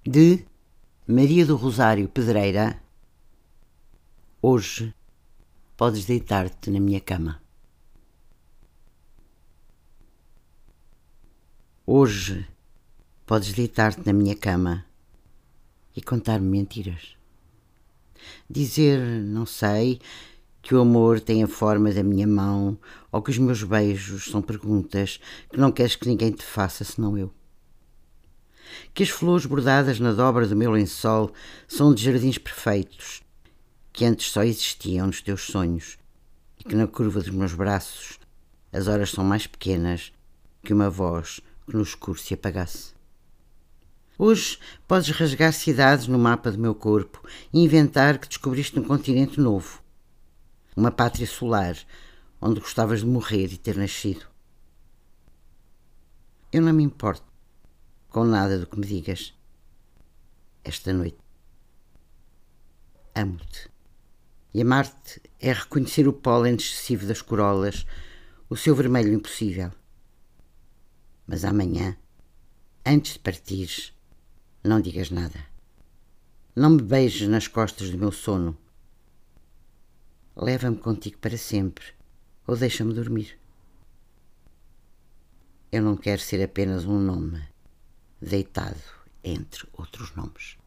De Maria do Rosário Pedreira. Hoje podes deitar-te na minha cama. Hoje podes deitar-te na minha cama e contar-me mentiras. Dizer, não sei, que o amor tem a forma da minha mão ou que os meus beijos são perguntas que não queres que ninguém te faça senão eu. Que as flores bordadas na dobra do meu lençol são de jardins perfeitos, que antes só existiam nos teus sonhos e que na curva dos meus braços as horas são mais pequenas que uma voz que no escuro se apagasse. Hoje podes rasgar cidades no mapa do meu corpo e inventar que descobriste um continente novo, uma pátria solar onde gostavas de morrer e ter nascido. Eu não me importo com nada do que me digas esta noite. Amo-te. E amar-te é reconhecer o pólen excessivo das corolas, o seu vermelho impossível. Mas amanhã, antes de partires, não digas nada. Não me beijes nas costas do meu sono. Leva-me contigo para sempre ou deixa-me dormir. Eu não quero ser apenas um nome, deitado entre outros nomes.